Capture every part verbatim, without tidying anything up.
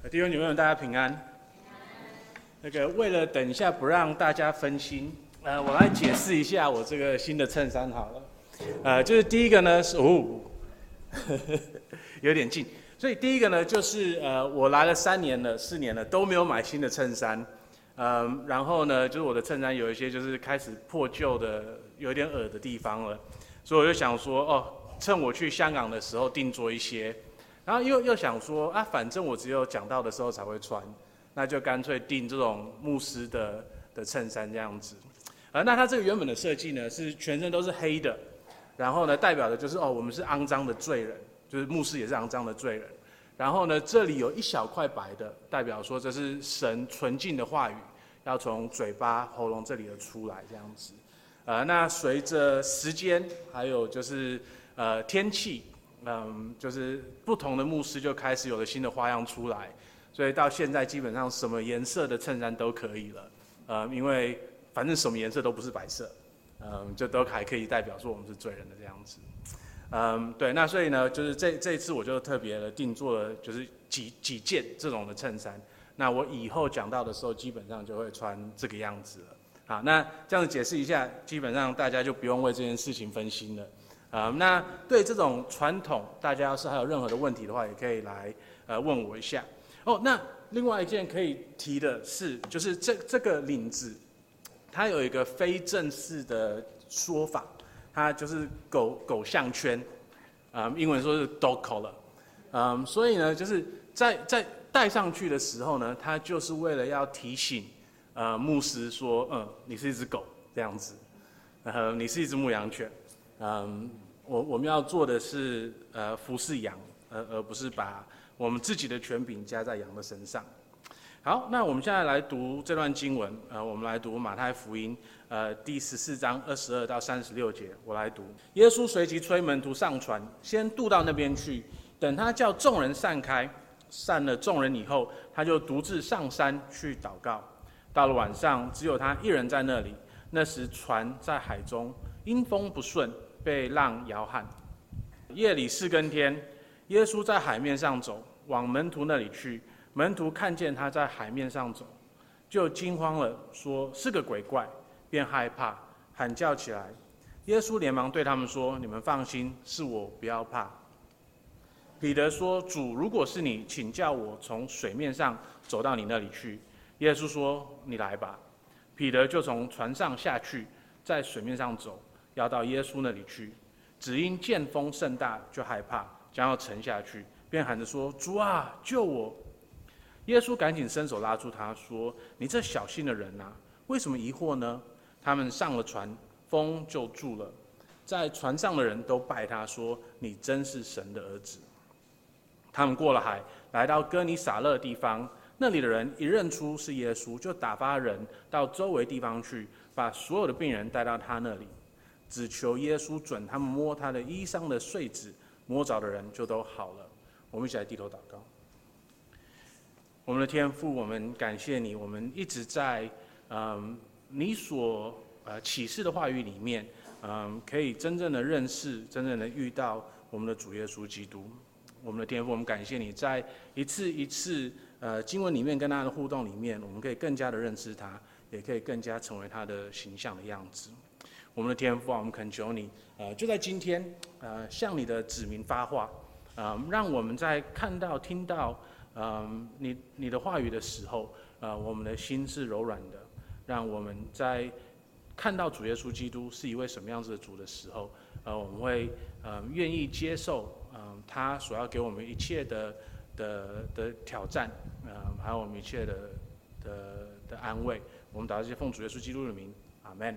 弟兄姐妹们，大家平安。那个为了等一下不让大家分心，呃，我来解释一下我这个新的衬衫好了。呃，就是第一个呢是哦，呵呵有点近，所以第一个呢就是呃，我来了三年了、四年了都没有买新的衬衫，嗯、呃，然后呢就是我的衬衫有一些就是开始破旧的、有点耳的地方了，所以我就想说哦，趁我去香港的时候定做一些。然后又又想说啊，反正我只有讲道的时候才会穿，那就干脆订这种牧师的的衬衫这样子。呃，那它这个原本的设计呢是全身都是黑的，然后呢代表的就是哦，我们是肮脏的罪人，就是牧师也是肮脏的罪人。然后呢这里有一小块白的，代表说这是神纯净的话语，要从嘴巴、喉咙这里而出来这样子。呃，那随着时间还有就是呃天气。嗯，就是不同的牧师就开始有了新的花样出来，所以到现在基本上什么颜色的衬衫都可以了。呃，因为反正什么颜色都不是白色，嗯，就都还可以代表说我们是罪人的这样子。嗯，对，那所以呢，就是这这一次我就特别的定做了，就是几几件这种的衬衫。那我以后讲到的时候，基本上就会穿这个样子了。好，那这样子解释一下，基本上大家就不用为这件事情分心了。啊、呃，那对这种传统，大家要是还有任何的问题的话，也可以来呃问我一下。哦，那另外一件可以提的是，就是这这个领子，它有一个非正式的说法，它就是狗狗项圈，啊、呃，英文说是 dog collar， 嗯、呃，所以呢，就是在在戴上去的时候呢，它就是为了要提醒呃牧师说，嗯，你是一只狗这样子，呃，你是一只牧羊犬。嗯，我我们要做的是呃服侍羊，而而不是把我们自己的权柄加在羊的身上。好，那我们现在来读这段经文，呃，我们来读马太福音呃第十四章二十二到三十六节，我来读。耶稣随即催门徒上船，先渡到那边去，等他叫众人散开，散了众人以后，他就独自上山去祷告。到了晚上，只有他一人在那里。那时船在海中，因风不顺，被浪摇撼。夜里四更天，耶稣在海面上走，往门徒那里去。门徒看见他在海面上走，就惊慌了，说是个鬼怪，便害怕，喊叫起来。耶稣连忙对他们说：“你们放心，是我，不要怕。”彼得说：“主，如果是你，请叫我从水面上走到你那里去。”耶稣说：“你来吧。”彼得就从船上下去，在水面上走，要到耶稣那里去。只因见风甚大，就害怕，将要沉下去，便喊着说：“主啊，救我！”耶稣赶紧伸手拉住他，说：“你这小心的人啊，为什么疑惑呢？”他们上了船，风就住了。在船上的人都拜他，说：“你真是神的儿子。”他们过了海，来到哥尼撒勒地方。那里的人一认出是耶稣，就打发人到周围地方去，把所有的病人带到他那里，只求耶稣准他们摸他的衣裳的穗子，摸着的人就都好了。我们一起来低头祷告。我们的天父，我们感谢你，我们一直在嗯你所呃启示的话语里面，嗯可以真正的认识，真正的遇到我们的主耶稣基督。我们的天父，我们感谢你在一次一次呃经文里面跟他的互动里面，我们可以更加的认识他，也可以更加成为他的形象的样子。我们的天父啊，我们恳求你，呃，就在今天，呃，向你的子民发话，呃，让我们在看到、听到，呃，你你的话语的时候，呃，我们的心是柔软的，让我们在看到主耶稣基督是一位什么样子的主的时候，呃，我们会呃愿意接受，嗯、呃，他所要给我们一切的的的挑战，呃，还有我们一切的的的安慰。我们祷告这些奉主耶稣基督的名，阿们。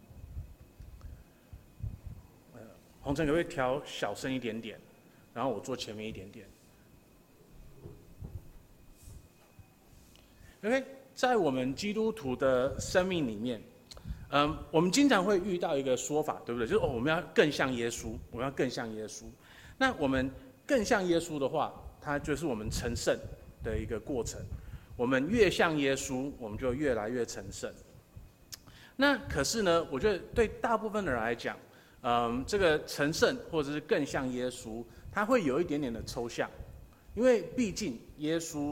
呃，洪晨可不可以调小声一点点，然后我坐前面一点点 ？OK， 在我们基督徒的生命里面。嗯，我们经常会遇到一个说法，对不对？就是、哦、我们要更像耶稣，我们要更像耶稣。那我们更像耶稣的话，它就是我们成圣的一个过程。我们越像耶稣，我们就越来越成圣。那可是呢，我觉得对大部分的人来讲，嗯，这个成圣或者是更像耶稣，它会有一点点的抽象，因为毕竟耶稣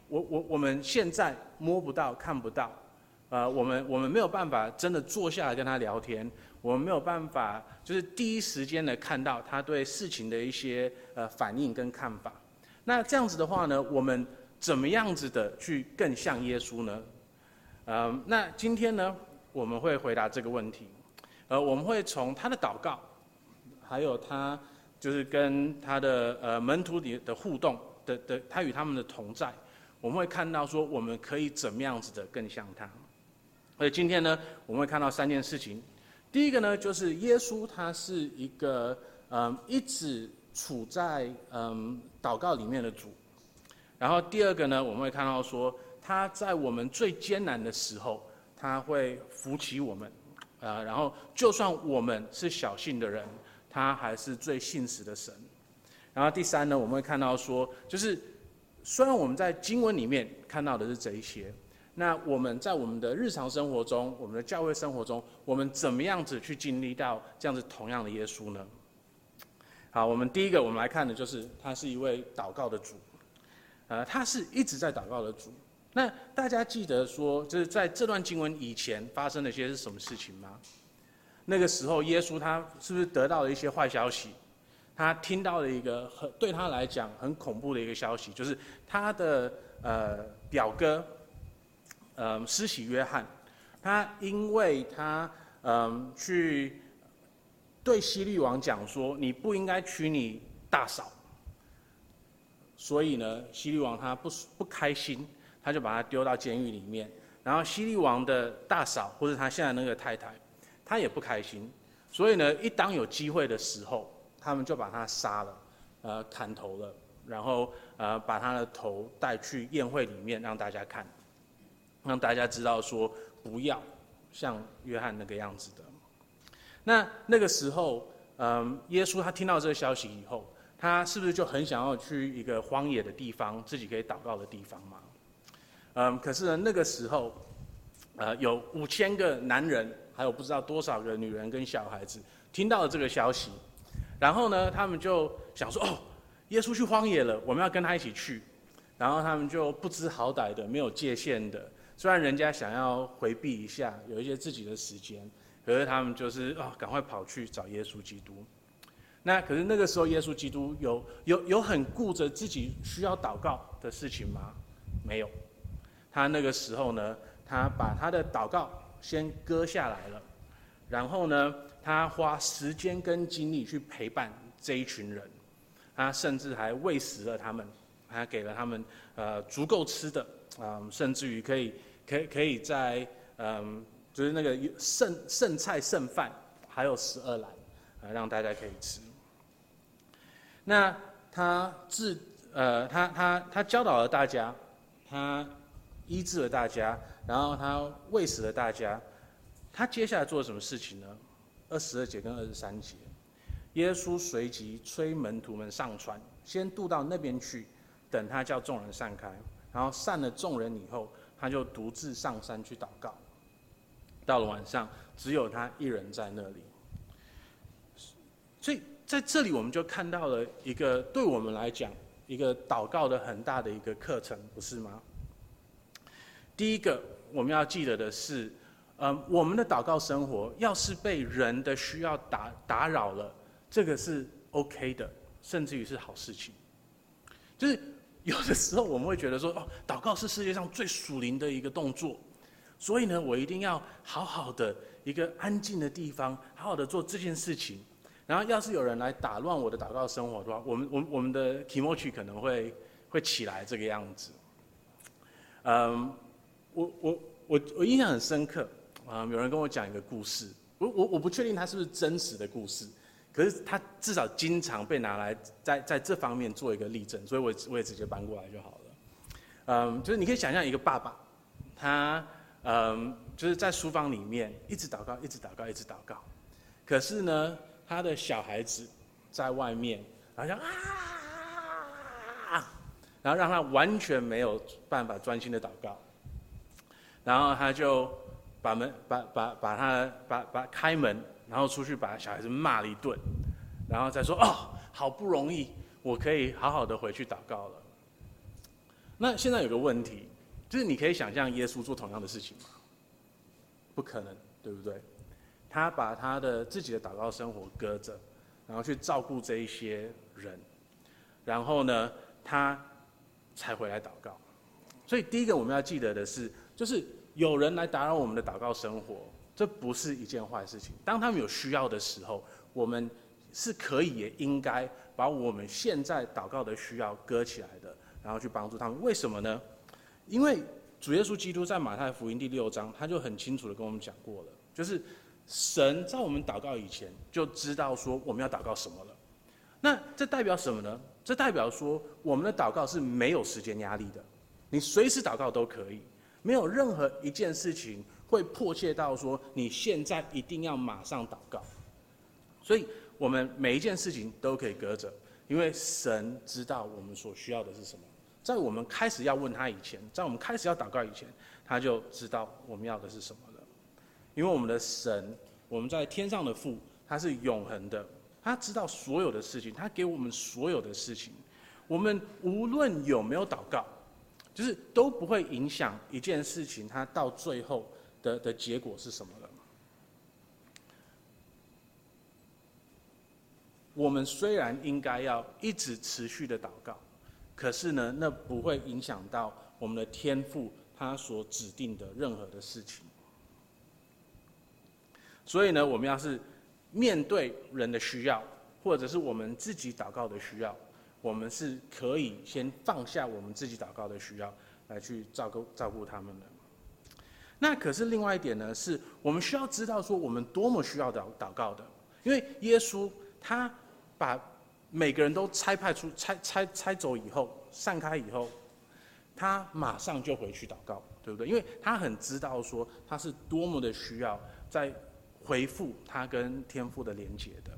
我我我们现在摸不到、看不到，呃，我们我们没有办法真的坐下来跟他聊天，我们没有办法就是第一时间的看到他对事情的一些呃反应跟看法。那这样子的话呢，我们怎么样子的去更像耶稣呢？呃，那今天呢，我们会回答这个问题。呃，我们会从他的祷告，还有他就是跟他的呃门徒里的互动的的，他与他们的同在，我们会看到说我们可以怎么样子的更像他。所以今天呢，我们会看到三件事情。第一个呢，就是耶稣他是一个嗯一直处在嗯祷告里面的主。然后第二个呢，我们会看到说他在我们最艰难的时候，他会扶起我们。呃，然后就算我们是小信的人，他还是最信实的神。然后第三呢，我们会看到说，就是虽然我们在经文里面看到的是这一些，那我们在我们的日常生活中，我们的教会生活中，我们怎么样子去经历到这样子同样的耶稣呢？好，我们第一个我们来看的就是他是一位祷告的主，呃，他是一直在祷告的主。那大家记得说，就是在这段经文以前发生了些是什么事情吗？那个时候，耶稣他是不是得到了一些坏消息？他听到了一个很对他来讲很恐怖的一个消息，就是他的呃表哥，呃施洗约翰，他因为他嗯、呃、去对希律王讲说，你不应该娶你大嫂，所以呢，希律王他不不开心。他就把他丢到监狱里面，然后希律王的大嫂或者他现在那个太太，他也不开心，所以呢，一当有机会的时候，他们就把他杀了，呃，砍头了，然后呃，把他的头带去宴会里面让大家看，让大家知道说不要像约翰那个样子的。那那个时候，嗯，耶稣他听到这个消息以后，他是不是就很想要去一个荒野的地方，自己可以祷告的地方嘛？嗯，可是呢，那个时候，呃，有五千个男人，还有不知道多少个女人跟小孩子听到了这个消息，然后呢，他们就想说，哦，耶稣去荒野了，我们要跟他一起去。然后他们就不知好歹的，没有界限的，虽然人家想要回避一下，有一些自己的时间，可是他们就是啊、哦，赶快跑去找耶稣基督。那可是那个时候，耶稣基督有有有很顾着自己需要祷告的事情吗？没有。他那个时候呢，他把他的祷告先割下来了，然后呢，他花时间跟精力去陪伴这一群人，他甚至还喂食了他们，他给了他们呃足够吃的，嗯，甚至于可以可以可以在嗯就是那个剩剩菜剩饭还有十二篮，呃让大家可以吃。那他治呃他他他教导了大家，他医治了大家，然后他喂食了大家。他接下来做了什么事情呢？二十二节跟二十三节，耶稣随即催门徒们上船，先渡到那边去，等他叫众人散开。然后散了众人以后，他就独自上山去祷告。到了晚上，只有他一人在那里。所以在这里，我们就看到了一个对我们来讲，一个祷告的很大的一个课程，不是吗？第一个我们要记得的是，嗯，我们的祷告生活要是被人的需要打打扰了，这个是 OK 的，甚至于是好事情。就是有的时候我们会觉得说，哦，祷告是世界上最属灵的一个动作，所以呢，我一定要好好的一个安静的地方，好好的做这件事情。然后要是有人来打乱我的祷告生活的话，我们我们我们的提摩曲可能会会起来这个样子。嗯。我我我我印象很深刻啊、嗯！有人跟我讲一个故事，我我我不确定它是不是真实的故事，可是它至少经常被拿来在在这方面做一个例证，所以我我也直接搬过来就好了。嗯，就是你可以想象一个爸爸，他嗯就是在书房里面一直祷告，一直祷告，一直祷告，可是呢，他的小孩子在外面，好像啊，然后让他完全没有办法专心的祷告。然后他就把门把把把他把把开门，然后出去把小孩子骂了一顿，然后再说哦，好不容易我可以好好的回去祷告了。 那现在有个问题，就是你可以想象耶稣做同样的事情吗？不可能，对不对？他把他的自己的祷告生活搁着，然后去照顾这一些人，然后呢，他才回来祷告。所以第一个我们要记得的是，就是有人来打扰我们的祷告生活，这不是一件坏事情。当他们有需要的时候，我们是可以也应该把我们现在祷告的需要搁起来的，然后去帮助他们。为什么呢？因为主耶稣基督在马太福音第六章，他就很清楚的跟我们讲过了，就是神在我们祷告以前就知道说我们要祷告什么了。那这代表什么呢？这代表说我们的祷告是没有时间压力的，你随时祷告都可以，没有任何一件事情会迫切到说你现在一定要马上祷告。所以我们每一件事情都可以搁着，因为神知道我们所需要的是什么。在我们开始要问他以前，在我们开始要祷告以前，他就知道我们要的是什么了。因为我们的神，我们在天上的父，他是永恒的，他知道所有的事情，他给我们所有的事情。我们无论有没有祷告，就是都不会影响一件事情它到最后的的结果是什么了。我们虽然应该要一直持续的祷告，可是呢，那不会影响到我们的天父他所指定的任何的事情。所以呢，我们要是面对人的需要，或者是我们自己祷告的需要，我们是可以先放下我们自己祷告的需要，来去照顾照顾他们的。那可是另外一点呢，是我们需要知道说我们多么需要祷祷告的，因为耶稣他把每个人都拆派出拆拆拆走以后，散开以后，他马上就回去祷告，对不对？因为他很知道说他是多么的需要在回复他跟天父的连结的。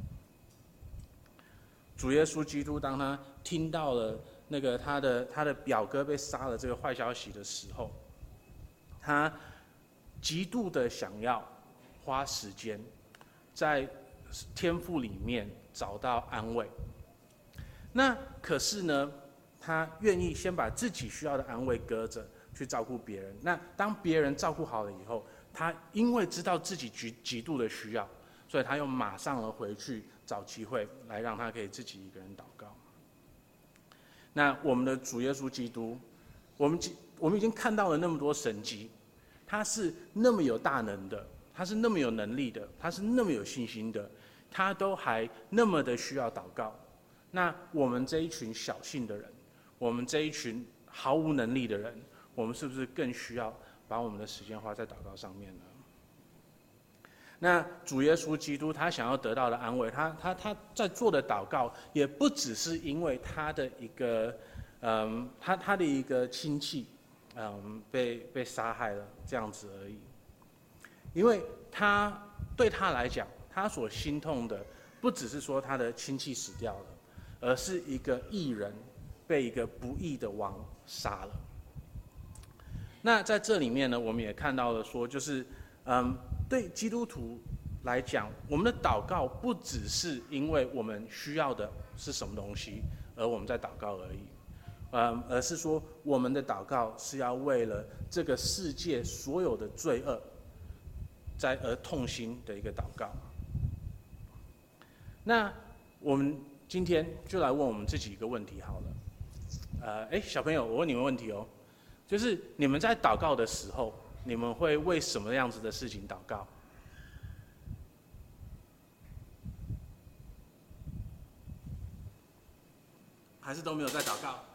主耶稣基督当他听到了那个他的他的表哥被杀了这个坏消息的时候，他极度的想要花时间在天父里面找到安慰。那可是呢，他愿意先把自己需要的安慰搁着，去照顾别人。那当别人照顾好了以后，他因为知道自己极极度的需要，所以他又马上了回去找机会来让他可以自己一个人祷告。那我们的主耶稣基督，我们我们已经看到了那么多神迹，他是那么有大能的，他是那么有能力的，他是那么有信心的，他都还那么的需要祷告。那我们这一群小信的人，我们这一群毫无能力的人，我们是不是更需要把我们的时间花在祷告上面呢？那主耶稣基督他想要得到的安慰，他他他在做的祷告，也不只是因为他的一个，嗯，他他的一个亲戚，嗯，被被杀害了这样子而已。因为他对他来讲，他所心痛的，不只是说他的亲戚死掉了，而是一个义人被一个不义的王杀了。那在这里面呢，我们也看到了说，就是嗯，对基督徒来讲，我们的祷告不只是因为我们需要的是什么东西，而我们在祷告而已，嗯，而是说我们的祷告是要为了这个世界所有的罪恶，在而痛心的一个祷告。那我们今天就来问我们自己一个问题好了，呃，哎，小朋友，我问你们问题哦，就是你们在祷告的时候，你们会为什么样子的事情祷告？还是都没有在祷告？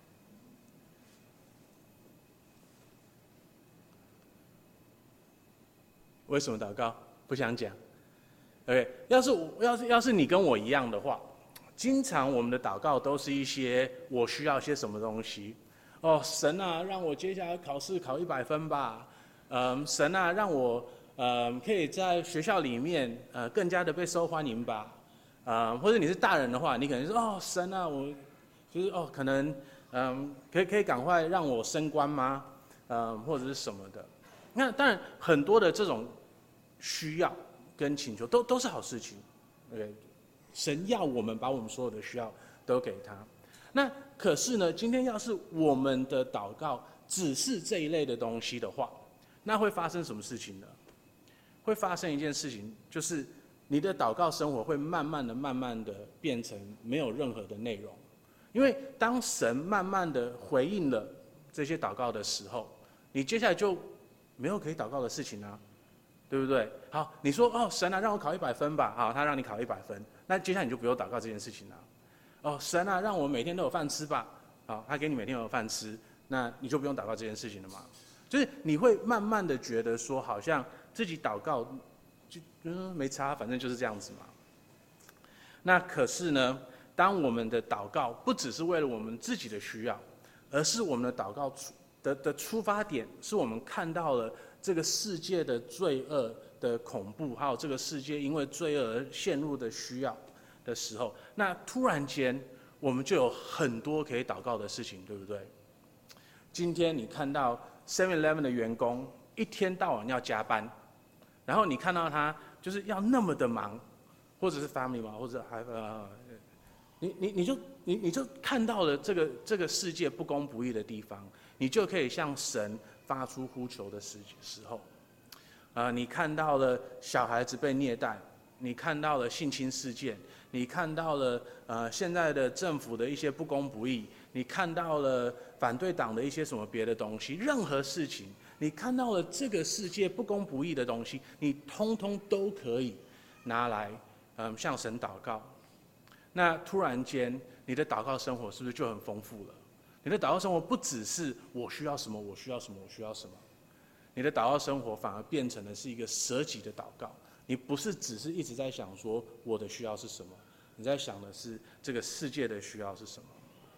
为什么祷告？不想讲。OK， 要是要是要是你跟我一样的话，经常我们的祷告都是一些我需要些什么东西。哦，神啊，让我接下来考试考一百分吧。嗯，神啊，让我呃可以在学校里面呃更加的被受欢迎吧。呃，或者你是大人的话，你可能说哦，神啊，我就是哦，可能嗯可以可以赶快让我升官吗？嗯，或者是什么的。那当然很多的这种需要跟请求都都是好事情。OK， 神要我们把我们所有的需要都给他。 那可是呢，今天要是我们的祷告只是这一类的东西的话，那会发生什么事情呢？会发生一件事情，就是你的祷告生活会慢慢的、慢慢的变成没有任何的内容。因为当神慢慢的回应了这些祷告的时候，你接下来就没有可以祷告的事情啊，对不对？好，你说哦，神啊，让我考一百分吧，好，他让你考一百分，那接下来你就不用祷告这件事情了。哦，神啊，让我每天都有饭吃吧，好，他给你每天都有饭吃，那你就不用祷告这件事情了嘛。就是你会慢慢的觉得说，好像自己祷告就嗯没差，反正就是这样子嘛。那可是呢，当我们的祷告不只是为了我们自己的需要，而是我们的祷告的的出发点，是我们看到了这个世界的罪恶的恐怖，还有这个世界因为罪恶而陷入的需要的时候，那突然间我们就有很多可以祷告的事情，对不对？今天你看到 seven eleven 的员工一天到晚要加班，然后你看到他就是要那么的忙，或者是 family 嘛，或者还呃，你你你就你你就看到了这个这个世界不公不义的地方，你就可以向神发出呼求的时时候，啊、呃，你看到了小孩子被虐待，你看到了性侵事件，你看到了呃现在的政府的一些不公不义，你看到了反对党的一些什么别的东西，任何事情，你看到了这个世界不公不义的东西，你通通都可以拿来嗯向神祷告。那突然间，你的祷告生活是不是就很丰富了？你的祷告生活不只是我需要什么，我需要什么，我需要什么，你的祷告生活反而变成了是一个舍己的祷告。你不是只是一直在想说我的需要是什么，你在想的是这个世界的需要是什么。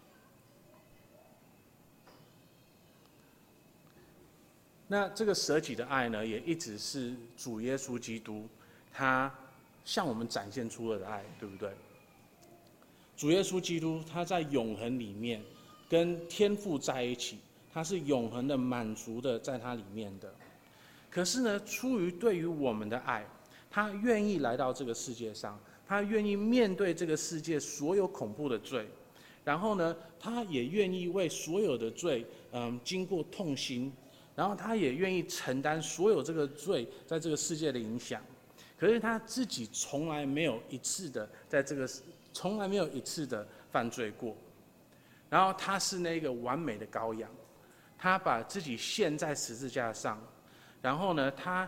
那这个舍己的爱呢，也一直是主耶稣基督他向我们展现出了的爱，对不对？主耶稣基督他在永恒里面跟天父在一起，他是永恒的满足的在他里面的。可是呢，出于对于我们的爱，他愿意来到这个世界上，他愿意面对这个世界所有恐怖的罪，然后呢，他也愿意为所有的罪，嗯，经过痛心，然后他也愿意承担所有这个罪在这个世界的影响。可是他自己从来没有一次的在这个，从来没有一次的犯罪过。然后他是那个完美的羔羊，他把自己献在十字架上，然后呢，他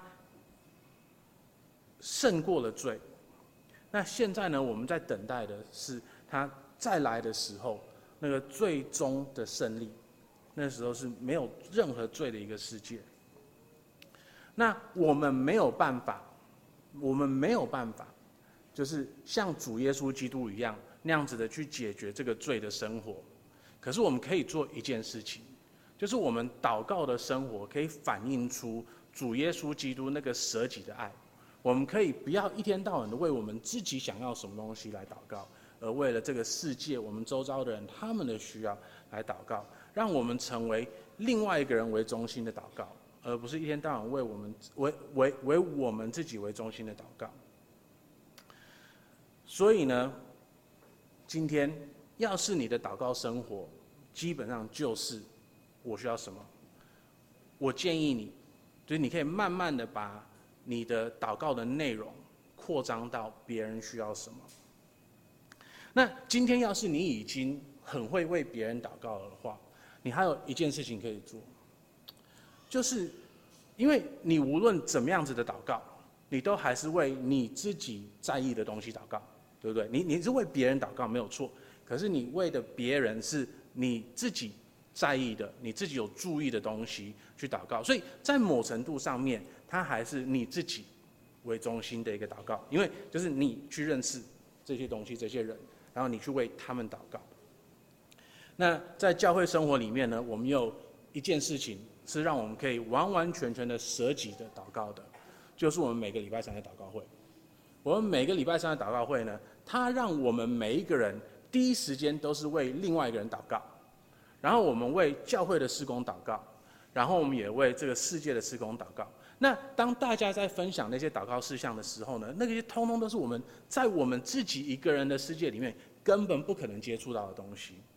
胜过了罪。那现在呢，我们在等待的是他再来的时候，那个最终的胜利。那时候是没有任何罪的一个世界。那我们没有办法，我们没有办法，就是像主耶稣基督一样那样子的去解决这个罪的生活。可是我们可以做一件事情，就是我们祷告的生活可以反映出主耶稣基督那个舍己的爱。我们可以不要一天到晚的为我们自己想要什么东西来祷告，而为了这个世界我们周遭的人他们的需要来祷告，让我们成为另外一个人为中心的祷告，而不是一天到晚为我们为为为我们自己为中心的祷告。所以呢，今天要是你的祷告生活基本上就是我需要什么，我建议你，就是你可以慢慢的把你的祷告的内容扩张到别人需要什么。那今天要是你已经很会为别人祷告的话，你还有一件事情可以做，就是因为你无论怎么样子的祷告，你都还是为你自己在意的东西祷告，对不对？你你是为别人祷告没有错，可是你为的别人是你自己在意的，你自己有注意的东西去祷告，所以在某程度上面，它还是你自己为中心的一个祷告，因为就是你去认识这些东西、这些人，然后你去为他们祷告。那在教会生活里面呢，我们有一件事情是让我们可以完完全全的舍己的祷告的，就是我们每个礼拜三的祷告会。我们每个礼拜三的祷告会呢，它让我们每一个人第一时间都是为另外一个人祷告，然后我们为教会的事工祷告，然后我们也为这个世界的事工祷告。那当大家在分享那些祷告事项的时候呢，那些通通都是我们在我们自己一个人的世界里面根本不可能接触到的东西。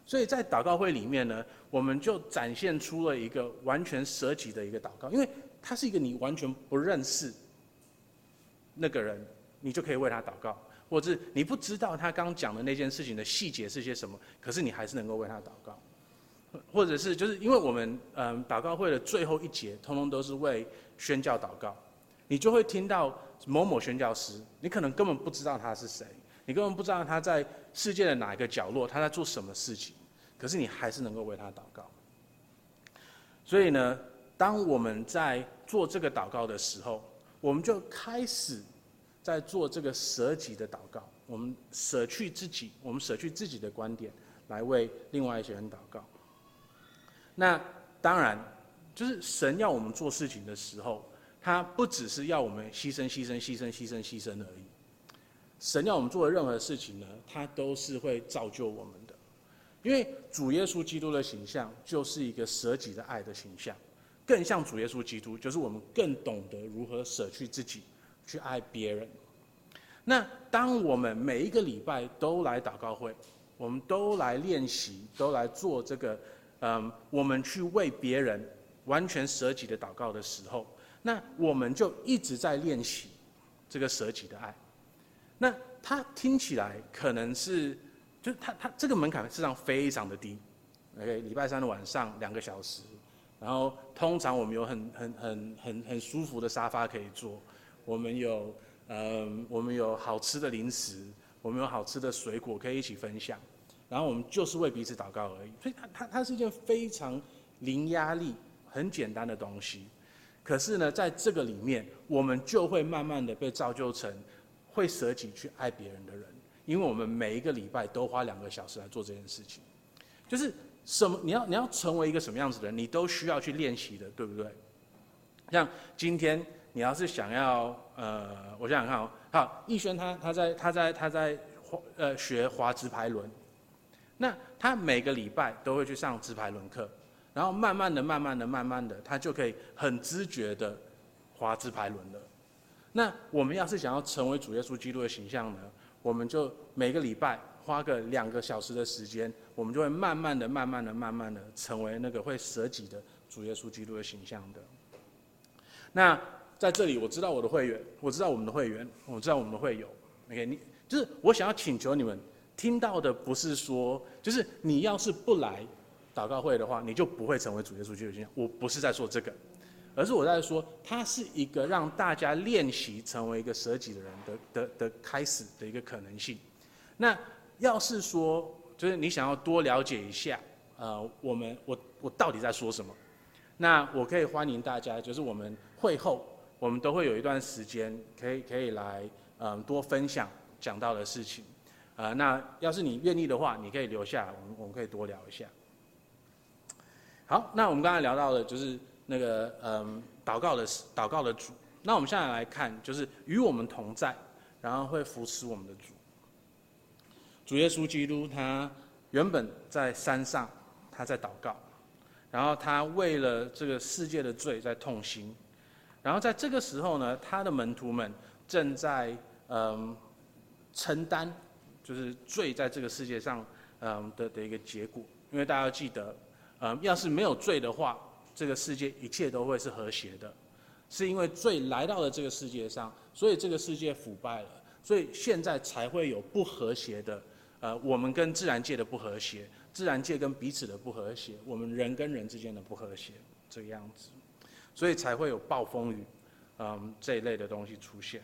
所以在祷告会里面呢，我们就展现出了一个完全舍己的一个祷告，因为他是一个你完全不认识那个人，你就可以为他祷告，或者是你不知道他刚讲的那件事情的细节是些什么，可是你还是能够为他祷告，或者是就是因为我们嗯祷告会的最后一节，通通都是为宣教祷告，你就会听到某某宣教师，你可能根本不知道他是谁，你根本不知道他在世界的哪一个角落，他在做什么事情，可是你还是能够为他祷告。所以呢，当我们在做这个祷告的时候，我们就开始在做这个舍己的祷告，我们舍去自己，我们舍去自己的观点，来为另外一些人祷告。那当然，就是神要我们做事情的时候，他不只是要我们牺牲、牺牲、牺牲、牺牲、牺牲而已。神要我们做的任何事情呢，他都是会造就我们的。因为主耶稣基督的形象就是一个舍己的爱的形象，更像主耶稣基督，就是我们更懂得如何舍去自己，去爱别人。那当我们每一个礼拜都来祷告会，我们都来练习，都来做这个，嗯，我们去为别人完全舍己的祷告的时候，那我们就一直在练习这个舍己的爱。那它听起来可能是，就是它它这个门槛事实上非常的低。OK， 礼拜三的晚上两个小时，然后通常我们有很很很很很舒服的沙发可以坐，我们有呃我们有好吃的零食，我们有好吃的水果可以一起分享，然后我们就是为彼此祷告而已。所以它它它是一件非常零压力、很简单的东西。可是呢，在这个里面，我们就会慢慢的被造就成会舍己去爱别人的人，因为我们每一个礼拜都花两个小时来做这件事情。就是什么，你要你要成为一个什么样子的人，你都需要去练习的，对不对？像今天你要是想要，呃，我想想看哦，好，逸轩他他在他在他在呃学滑直排轮，那他每个礼拜都会去上直排轮课，然后慢慢的、慢慢的、慢慢的，他就可以很知觉的滑直排轮了。那我们要是想要成为主耶稣基督的形象呢，我们就每个礼拜花个两个小时的时间，我们就会慢慢的、慢慢的、慢慢的成为那个会舍己的主耶稣基督的形象的。那在这里，我知道我的会员，我知道我们的会员，我知道我们的会友 ，OK， 你就是我想要请求你们听到的不是说，就是你要是不来祷告会的话，你就不会成为主耶稣基督的形象。我不是在说这个。而是我在说，它是一个让大家练习成为一个舍己的人的的的开始的一个可能性。那要是说，就是你想要多了解一下，呃，我们我我到底在说什么？那我可以欢迎大家，就是我们会后，我们都会有一段时间，可以可以来，嗯、呃，多分享讲到的事情。呃，那要是你愿意的话，你可以留下来，我们我们可以多聊一下。好，那我们刚才聊到的就是。那个嗯，祷告的祷告的主，那我们现在来看，就是与我们同在，然后会扶持我们的主。主耶稣基督他原本在山上，他在祷告，然后他为了这个世界的罪在痛心，然后在这个时候呢，他的门徒们正在嗯承担，就是罪在这个世界上嗯的的一个结果。因为大家要记得，嗯，要是没有罪的话，这个世界一切都会是和谐的，是因为罪来到了这个世界上，所以这个世界腐败了，所以现在才会有不和谐的，呃，我们跟自然界的不和谐，自然界跟彼此的不和谐，我们人跟人之间的不和谐，这个样子，所以才会有暴风雨，嗯，这一类的东西出现。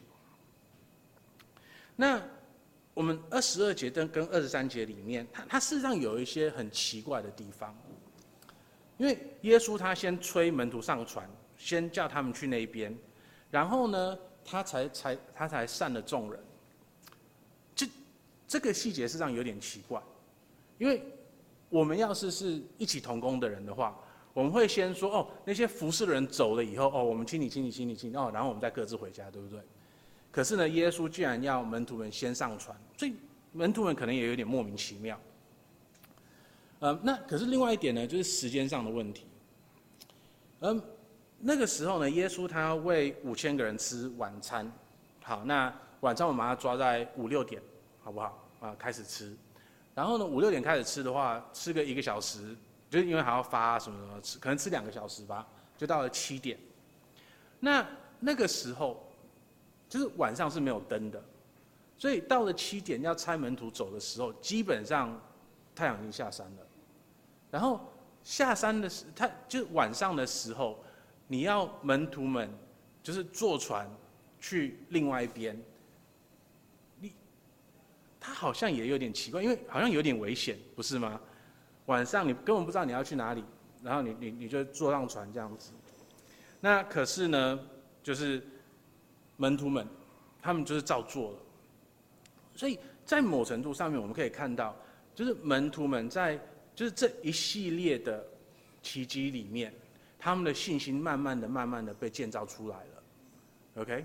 那我们二十二节跟跟二十三节里面，它它事实上有一些很奇怪的地方。因为耶稣他先催门徒上船，先叫他们去那边，然后呢，他才才他才散了众人。这这个细节事实上有点奇怪，因为我们要是是一起同工的人的话，我们会先说哦，那些服侍的人走了以后，哦，我们清理清理清理清理哦，然后我们再各自回家，对不对？可是呢，耶稣居然要门徒们先上船，所以门徒们可能也有点莫名其妙。呃，那可是另外一点呢，就是时间上的问题。嗯，那个时候呢，耶稣他要为五千个人吃晚餐，好，那晚餐我们把它抓在五六点，好不好？啊，开始吃， 然后呢五六点开始吃的话，吃个一个小时，就是因为还要发什么什么吃，可能吃两个小时吧，就到了七点。那那个时候，就是晚上是没有灯的，所以到了七点要差门徒走的时候，基本上太阳已经下山了。然后下山的时，他就是晚上的时候，你要门徒们就是坐船去另外一边，你他好像也有点奇怪，因为好像有点危险，不是吗？晚上你根本不知道你要去哪里，然后你你你就坐上船这样子。那可是呢，就是门徒们，他们就是照做了。所以在某程度上面，我们可以看到，就是门徒们在就是这一系列的奇迹里面，他们的信心慢慢的、慢慢的被建造出来了。OK，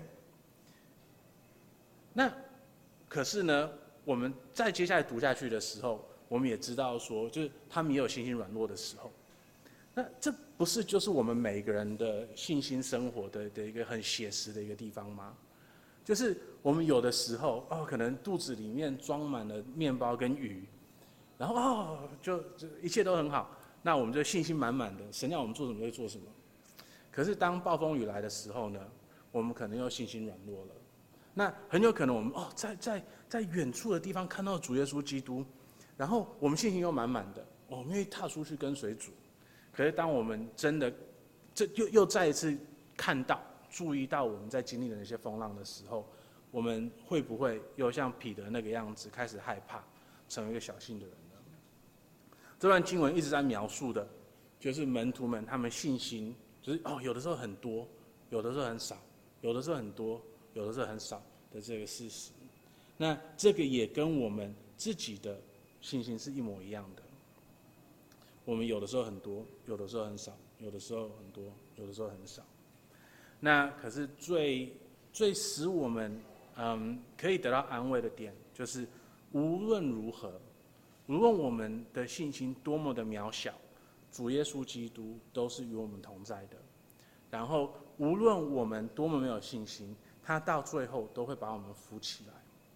那可是呢，我们在接下来读下去的时候，我们也知道说，就是他们也有信心软弱的时候。那这不是就是我们每个人的信心生活的的一个很写实的一个地方吗？就是我们有的时候哦，可能肚子里面装满了面包跟鱼，然后哦，就就一切都很好，那我们就信心满满的，神要我们做什么就做什么。可是当暴风雨来的时候呢，我们可能又信心软弱了。那很有可能我们哦，在在在远处的地方看到主耶稣基督，然后我们信心又满满的，我们愿意踏出去跟随主。可是当我们真的这又又再一次看到、注意到我们在经历的那些风浪的时候，我们会不会又像彼得那个样子，开始害怕，成为一个小信的人呢？这段经文一直在描述的，就是门徒们他们信心，就是哦，有的时候很多，有的时候很少，有的时候很多，有的时候很少的这个事实。那这个也跟我们自己的信心是一模一样的。我们有的时候很多，有的时候很少，有的时候很多，有的时候很少。那可是最最使我们嗯可以得到安慰的点，就是无论如何，无论我们的信心多么的渺小，主耶稣基督都是与我们同在的。然后无论我们多么没有信心，他到最后都会把我们扶起来。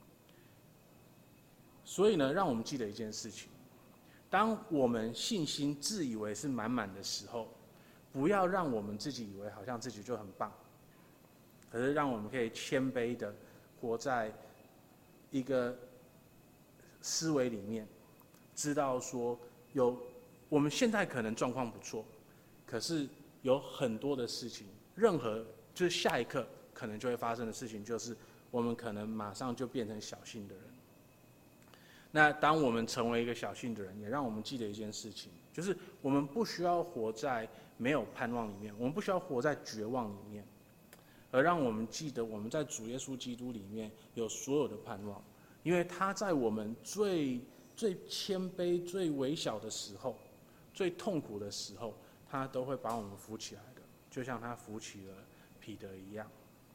所以呢，让我们记得一件事情。当我们信心自以为是满满的时候，不要让我们自己以为好像自己就很棒，可是让我们可以谦卑的活在一个思维里面，知道说有我们现在可能状况不错，可是有很多的事情，任何就是下一刻可能就会发生的事情，就是我们可能马上就变成小信的人。那当我们成为一个小信的人，也让我们记得一件事情，就是我们不需要活在没有盼望里面，我们不需要活在绝望里面，而让我们记得我们在主耶稣基督里面有所有的盼望，因为他在我们最最谦卑、最微小的时候、最痛苦的时候，他都会把我们扶起来的，就像他扶起了彼得一样。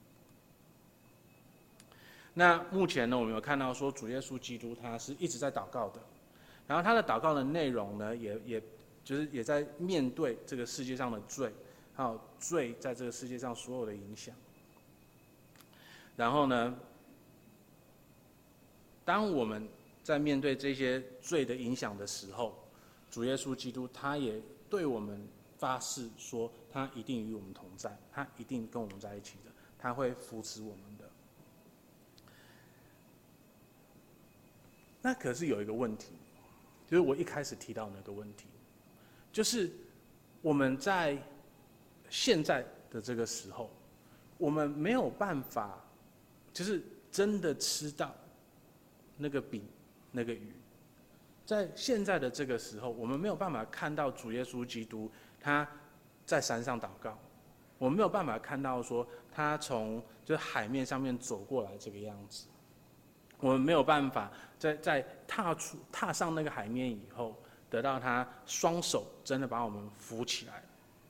那目前呢，我们有看到说主耶稣基督他是一直在祷告的，然后他的祷告的内容呢，也也就是也在面对这个世界上的罪，还有罪在这个世界上所有的影响。然后呢，当我们在面对这些罪的影响的时候，主耶稣基督他也对我们发誓说，他一定与我们同在，他一定跟我们在一起的，他会扶持我们的。那可是有一个问题，就是我一开始提到那个问题，就是我们在现在的这个时候，我们没有办法，就是真的吃到那个饼、那个鱼。在现在的这个时候，我们没有办法看到主耶稣基督他在山上祷告，我们没有办法看到说他从就是海面上面走过来这个样子。我们没有办法在在踏出踏上那个海面以后，得到他双手真的把我们扶起来。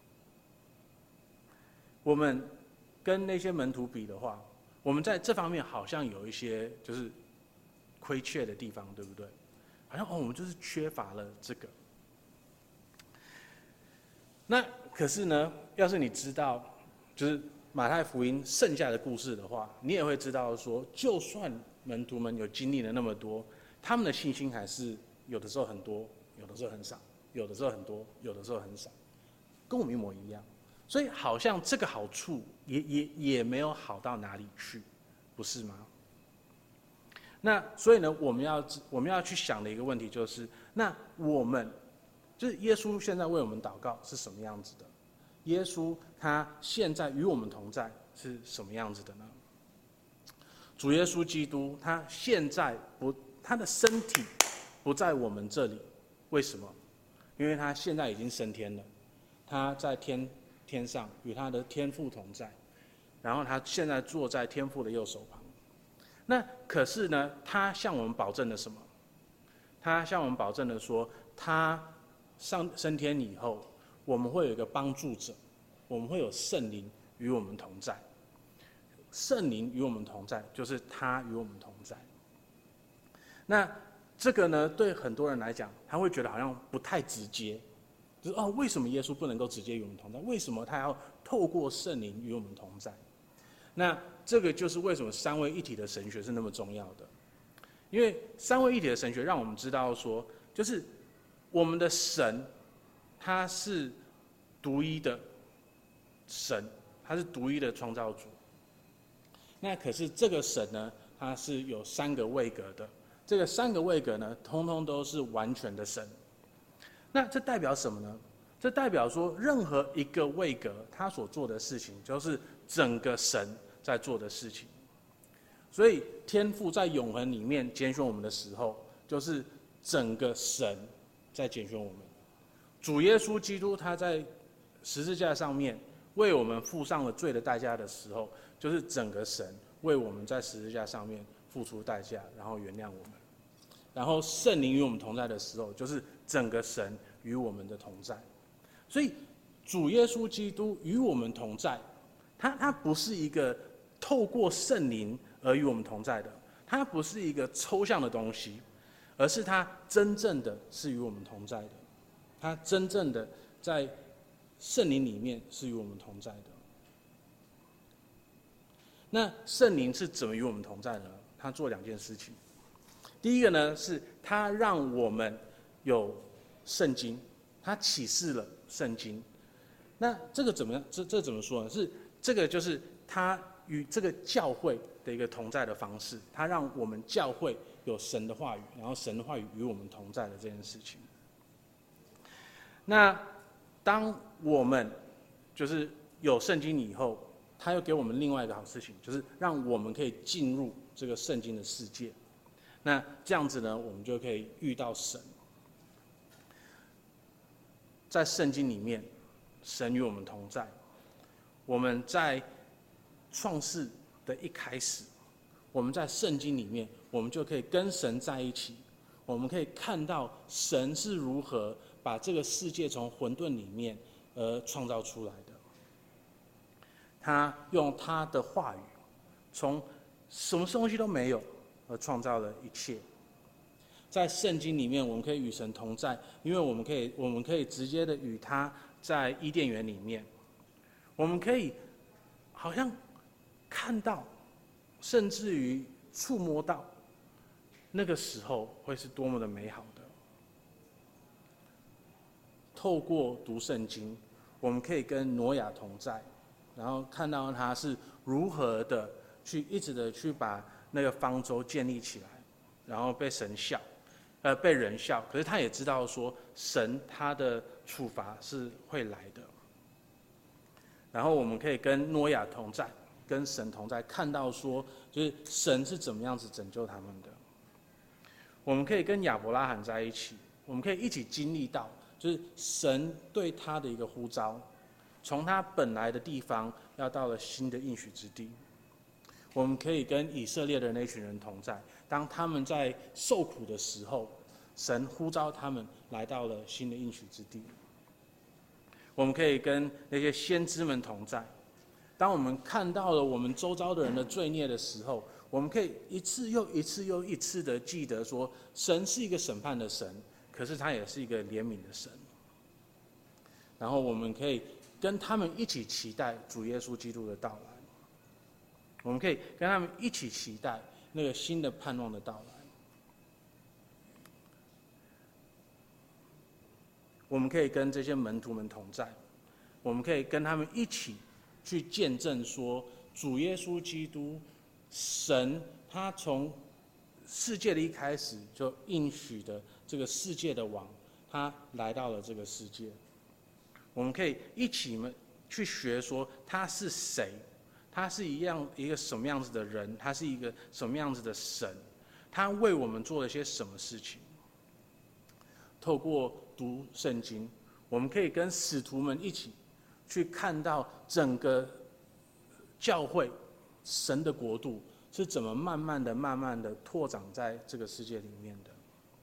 我们跟那些门徒比的话，我们在这方面好像有一些就是亏缺的地方，对不对？好像哦，我们就是缺乏了这个。那可是呢，要是你知道就是马太福音剩下的故事的话，你也会知道说，就算门徒们有经历了那么多，他们的信心还是有的时候很多，有的时候很少，有的时候很多，有的时候很少，跟我们一模一样。所以好像这个好处也也也没有好到哪里去，不是吗？那所以呢，我们要我们要去想的一个问题就是，那我们就是耶稣现在为我们祷告是什么样子的？耶稣他现在与我们同在是什么样子的呢？主耶稣基督他现在不，他的身体不在我们这里，为什么？因为他现在已经升天了，他在天天上与他的天父同在，然后他现在坐在天父的右手旁。那可是呢，他向我们保证了什么？他向我们保证了说，他上升天以后，我们会有一个帮助者，我们会有圣灵与我们同在。圣灵与我们同在，就是他与我们同在。那这个呢，对很多人来讲，他会觉得好像不太直接，就是哦，为什么耶稣不能够直接与我们同在？为什么他要透过圣灵与我们同在？那这个就是为什么三位一体的神学是那么重要的，因为三位一体的神学让我们知道说，就是我们的神，他是独一的神，他是独一的创造主。那可是这个神呢，它是有三个位格的，这个三个位格呢，通通都是完全的神。那这代表什么呢？这代表说，任何一个位格他所做的事情，就是整个神在做的事情。所以天父在永恒里面拣选我们的时候，就是整个神在拣选我们。主耶稣基督他在十字架上面为我们付上了罪的代价的时候，就是整个神为我们在十字架上面付出代价，然后原谅我们。然后圣灵与我们同在的时候，就是整个神与我们的同在。所以主耶稣基督与我们同在，他他不是一个透过圣灵而与我们同在的，他不是一个抽象的东西，而是他真正的是与我们同在的，他真正的在圣灵里面是与我们同在的。那圣灵是怎么与我们同在呢？他做两件事情。第一个呢，是他让我们有圣经，他启示了圣经。那这个怎么样？这这怎么说呢？是这个就是他与这个教会的一个同在的方式，他让我们教会有神的话语，然后神的话语与我们同在的这件事情。那当我们就是有圣经以后，他又给我们另外一个好事情，就是让我们可以进入这个圣经的世界。那这样子呢，我们就可以遇到神。在圣经里面，神与我们同在。我们在创世的一开始，我们在圣经里面，我们就可以跟神在一起。我们可以看到神是如何把这个世界从混沌里面而创造出来的。他用他的话语，从什么东西都没有而创造了一切。在圣经里面，我们可以与神同在，因为我们可以，我们可以直接的与他在伊甸园里面，我们可以好像看到，甚至于触摸到，那个时候会是多么的美好的。透过读圣经，我们可以跟挪亚同在，然后看到他是如何的去一直的去把那个方舟建立起来，然后被神笑，呃，被人笑。可是他也知道说，神他的处罚是会来的。然后我们可以跟挪亚同在，跟神同在，看到说，就是神是怎么样子拯救他们的。我们可以跟亚伯拉罕在一起，我们可以一起经历到，就是神对他的一个呼召，从他本来的地方要到了新的应许之地。我们可以跟以色列的那群人同在，当他们在受苦的时候，神呼召他们来到了新的应许之地。我们可以跟那些先知们同在，当我们看到了我们周遭的人的罪孽的时候，我们可以一次又一次又一次的记得说，神是一个审判的神，可是他也是一个怜悯的神。然后我们可以跟他们一起期待主耶稣基督的到来，我们可以跟他们一起期待那个新的盼望的到来。 我们可以跟这些门徒们同在，我们可以跟他们一起去见证说，主耶稣基督，神他从世界的一开始就应许的这个世界的王，他来到了这个世界。我们可以一起们去学说他是谁，他是一样一个什么样子的人，他是一个什么样子的神，他为我们做了些什么事情。透过读圣经，我们可以跟使徒们一起去看到整个教会神的国度是怎么慢慢的慢慢的拓展在这个世界里面的。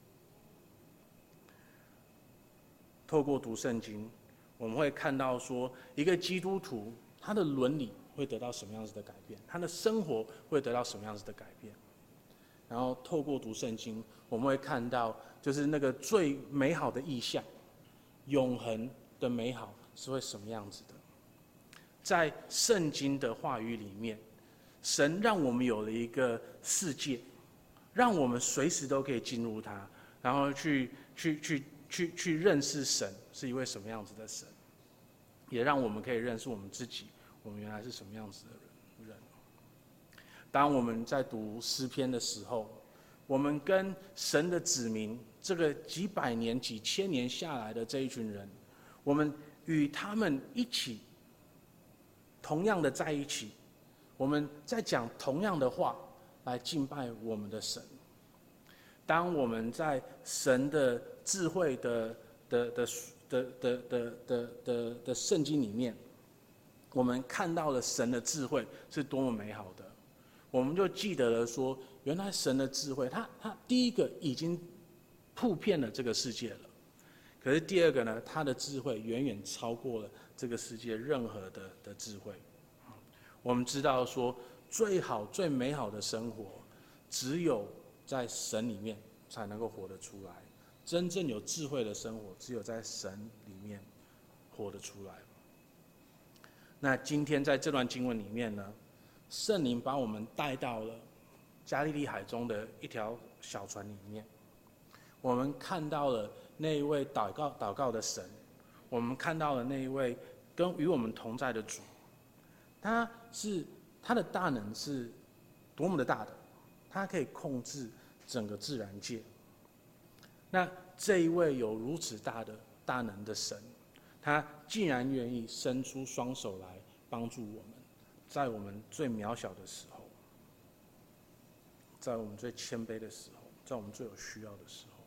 透过读圣经，我们会看到说，一个基督徒他的伦理会得到什么样子的改变，他的生活会得到什么样子的改变。然后透过读圣经，我们会看到就是那个最美好的意象，永恒的美好是会什么样子的。在圣经的话语里面，神让我们有了一个世界，让我们随时都可以进入它，然后去去去去去认识神是一位什么样子的神，也让我们可以认识我们自己，我们原来是什么样子的人。人当我们在读诗篇的时候，我们跟神的子民，这个几百年、几千年下来的这一群人，我们与他们一起，同样的在一起，我们在讲同样的话来敬拜我们的神。当我们在神的智慧的的的的的的的的的圣经里面，我们看到了神的智慧是多么美好的，我们就记得了说，原来神的智慧，他他第一个已经铺遍了这个世界了，可是第二个呢，他的智慧远远超过了这个世界任何的的智慧。我们知道说，最好最美好的生活，只有在神里面才能够活得出来。真正有智慧的生活，只有在神里面活得出来。那今天在这段经文里面呢，圣灵把我们带到了加利利海中的一条小船里面，我们看到了那一位祷告祷告的神，我们看到了那一位跟与我们同在的主，他是他的大能是多么的大的，他可以控制整个自然界。那这一位有如此大的大能的神，他竟然愿意伸出双手来帮助我们，在我们最渺小的时候，在我们最谦卑的时候，在我们最有需要的时候。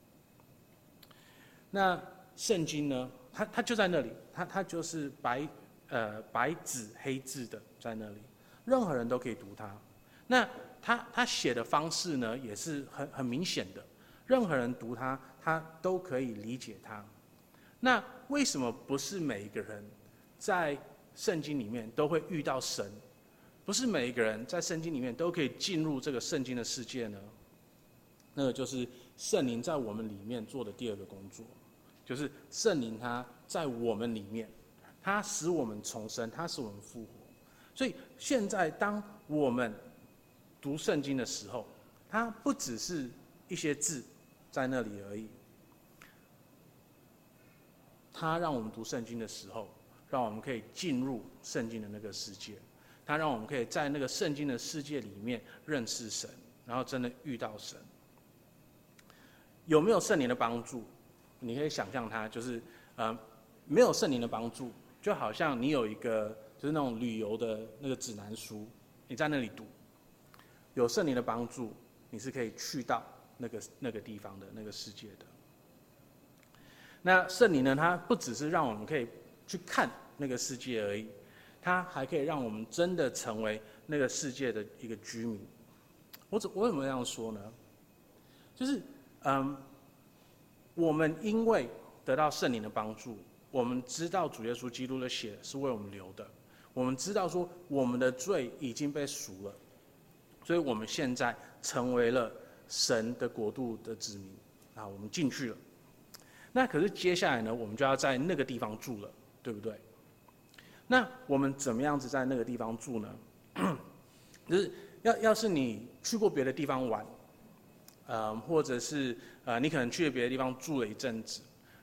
那圣经呢，它它就在那里，它它就是白呃白纸黑字的在那里，任何人都可以读它。那他他写的方式呢，也是很很明显的，任何人读它，他都可以理解它。那为什么不是每一个人在圣经里面都会遇到神？不是每一个人在圣经里面都可以进入这个圣经的世界呢？那个就是圣灵在我们里面做的第二个工作，就是圣灵他在我们里面，他使我们重生，他使我们复活。所以现在当我们读圣经的时候，它不只是一些字在那里而已，它让我们读圣经的时候，让我们可以进入圣经的那个世界，它让我们可以在那个圣经的世界里面认识神，然后真的遇到神。有没有圣灵的帮助？你可以想象它就是，呃，没有圣灵的帮助，就好像你有一个就是那种旅游的那个指南书，你在那里读。有圣灵的帮助，你是可以去到那个那个地方的那个世界的。那圣灵呢，它不只是让我们可以去看那个世界而已，它还可以让我们真的成为那个世界的一个居民。我怎我为什么这样说呢？就是嗯，我们因为得到圣灵的帮助，我们知道主耶稣基督的血是为我们流的，我们知道说我们的罪已经被赎了，所以我们现在成为了神的国度的子民啊，我们进去了。那可是接下来呢，我们就要在那个地方住了，对不对？那我们怎么样子在那个地方住呢？就是要要是你去过别的地方玩，呃，或者是呃你可能去了别的地方住了一阵子，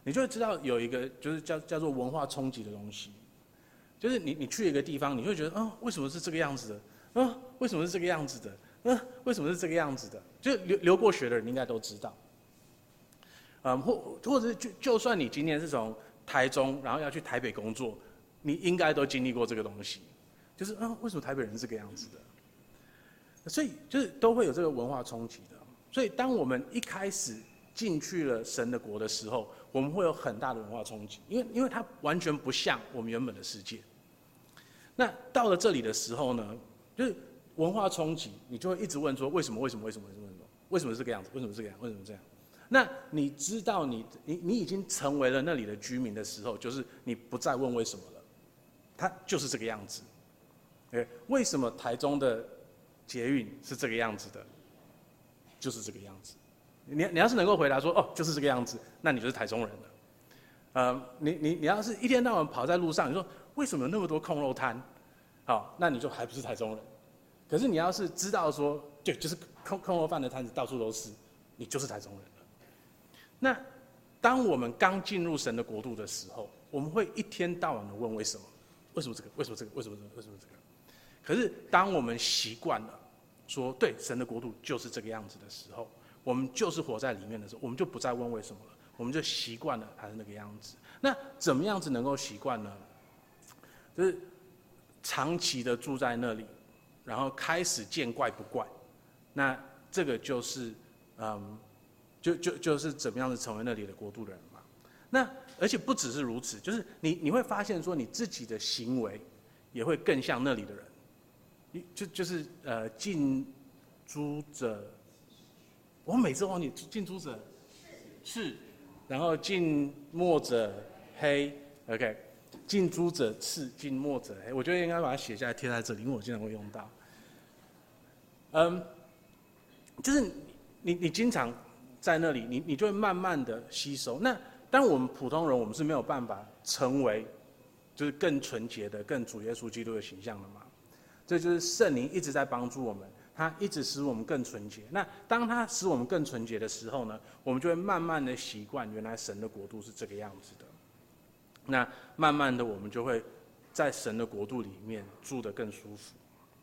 你就会知道有一个就是叫叫做文化冲击的东西，就是你你去一个地方，你会觉得啊、哦，为什么是这个样子的？啊、哦，为什么是这个样子的？啊、哦，为什么是这个样子的？就留留过学的人应该都知道。嗯，或或者是就就算你今天是从台中，然后要去台北工作，你应该都经历过这个东西，就是啊，为什么台北人是这个样子的？所以就是都会有这个文化冲击的。所以当我们一开始进去了神的国的时候，我们会有很大的文化冲击，因为因为它完全不像我们原本的世界。那到了这里的时候呢，就是文化冲击，你就会一直问说为什么为什么为什么为什么为什么为什么是这个样子？为什么是这个样？为什么这样？那你知道你你你已经成为了那里的居民的时候，就是你不再问为什么了，它就是这个样子。对，为什么台中的捷运是这个样子的？就是这个样子。你你要是能够回答说哦就是这个样子，那你就是台中人了。呃，你你你要是一天到晚跑在路上，你说为什么有那么多空肉摊？好，那你就还不是台中人。可是你要是知道说，对，就是空空肉饭的摊子到处都是，你就是台中人了。那当我们刚进入神的国度的时候，我们会一天到晚的问为什么？为什么这个？为什么这个？为什么这个？为什么这个？可是当我们习惯了说对神的国度就是这个样子的时候，我们就是活在里面的时候，我们就不再问为什么了，我们就习惯了它是那个样子。那怎么样子能够习惯呢？就是长期的住在那里，然后开始见怪不怪。那这个就是嗯。就就就是怎么样子成为那里的国度的人嘛？那而且不只是如此，就是你你会发现说你自己的行为也会更像那里的人，就就是呃近朱者，我每次忘记近朱者赤，然后近墨者黑 ，OK， 近朱者赤，近墨者黑，我觉得应该把它写下来贴在这里，因为我经常会用到。嗯，就是你你经常。在那里，你你就会慢慢的吸收。那当然，我们普通人我们是没有办法成为，就是更纯洁的、更主耶稣基督的形象的嘛。这就是圣灵一直在帮助我们，他一直使我们更纯洁。那当他使我们更纯洁的时候呢，我们就会慢慢的习惯，原来神的国度是这个样子的。那慢慢的，我们就会在神的国度里面住得更舒服。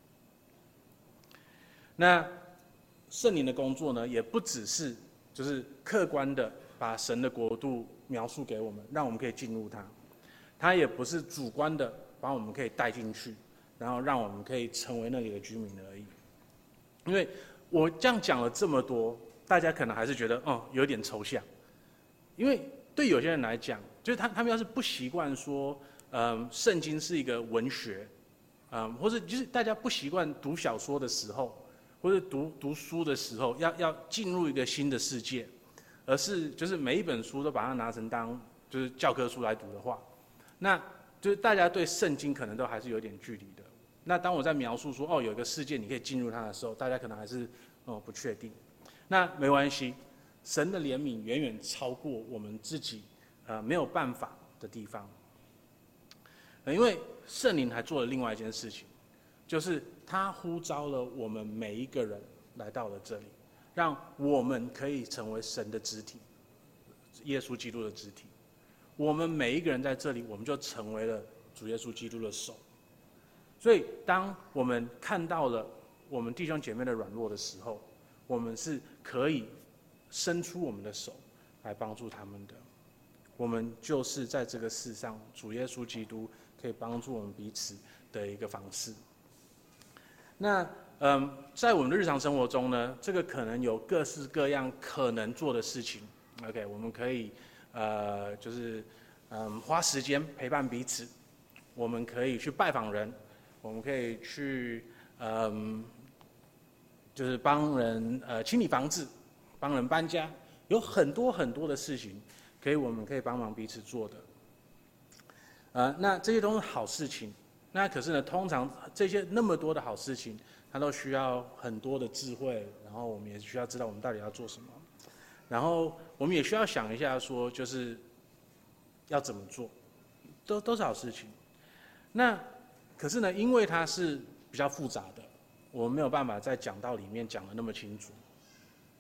那圣灵的工作呢，也不只是。就是客观的把神的国度描述给我们，让我们可以进入它。它也不是主观的把我们可以带进去，然后让我们可以成为那里的居民而已。因为我这样讲了这么多，大家可能还是觉得哦有点抽象。因为对有些人来讲，就是他他们要是不习惯说，嗯，圣经是一个文学，嗯，或者就是大家不习惯读小说的时候。或者读读书的时候，要要进入一个新的世界，而是就是每一本书都把它拿成当就是教科书来读的话，那就是大家对圣经可能都还是有点距离的。那当我在描述说哦有一个世界你可以进入它的时候，大家可能还是哦不确定。那没关系，神的怜悯远远超过我们自己呃没有办法的地方，呃、因为圣灵还做了另外一件事情。就是他呼召了我们每一个人来到了这里，让我们可以成为神的肢体，耶稣基督的肢体。我们每一个人在这里，我们就成为了主耶稣基督的手。所以，当我们看到了我们弟兄姐妹的软弱的时候，我们是可以伸出我们的手来帮助他们的。我们就是在这个世上，主耶稣基督可以帮助我们彼此的一个方式。那嗯，在我们的日常生活中呢，这个可能有各式各样可能做的事情。OK， 我们可以呃，就是嗯，花时间陪伴彼此。我们可以去拜访人，我们可以去嗯，就是帮人呃清理房子，帮人搬家，有很多很多的事情可以我们可以帮忙彼此做的。呃，那这些都是好事情。那可是呢，通常这些那么多的好事情，它都需要很多的智慧，然后我们也需要知道我们到底要做什么，然后我们也需要想一下说，就是要怎么做，都都是好事情。那可是呢，因为它是比较复杂的，我们没有办法在讲道里面讲得那么清楚，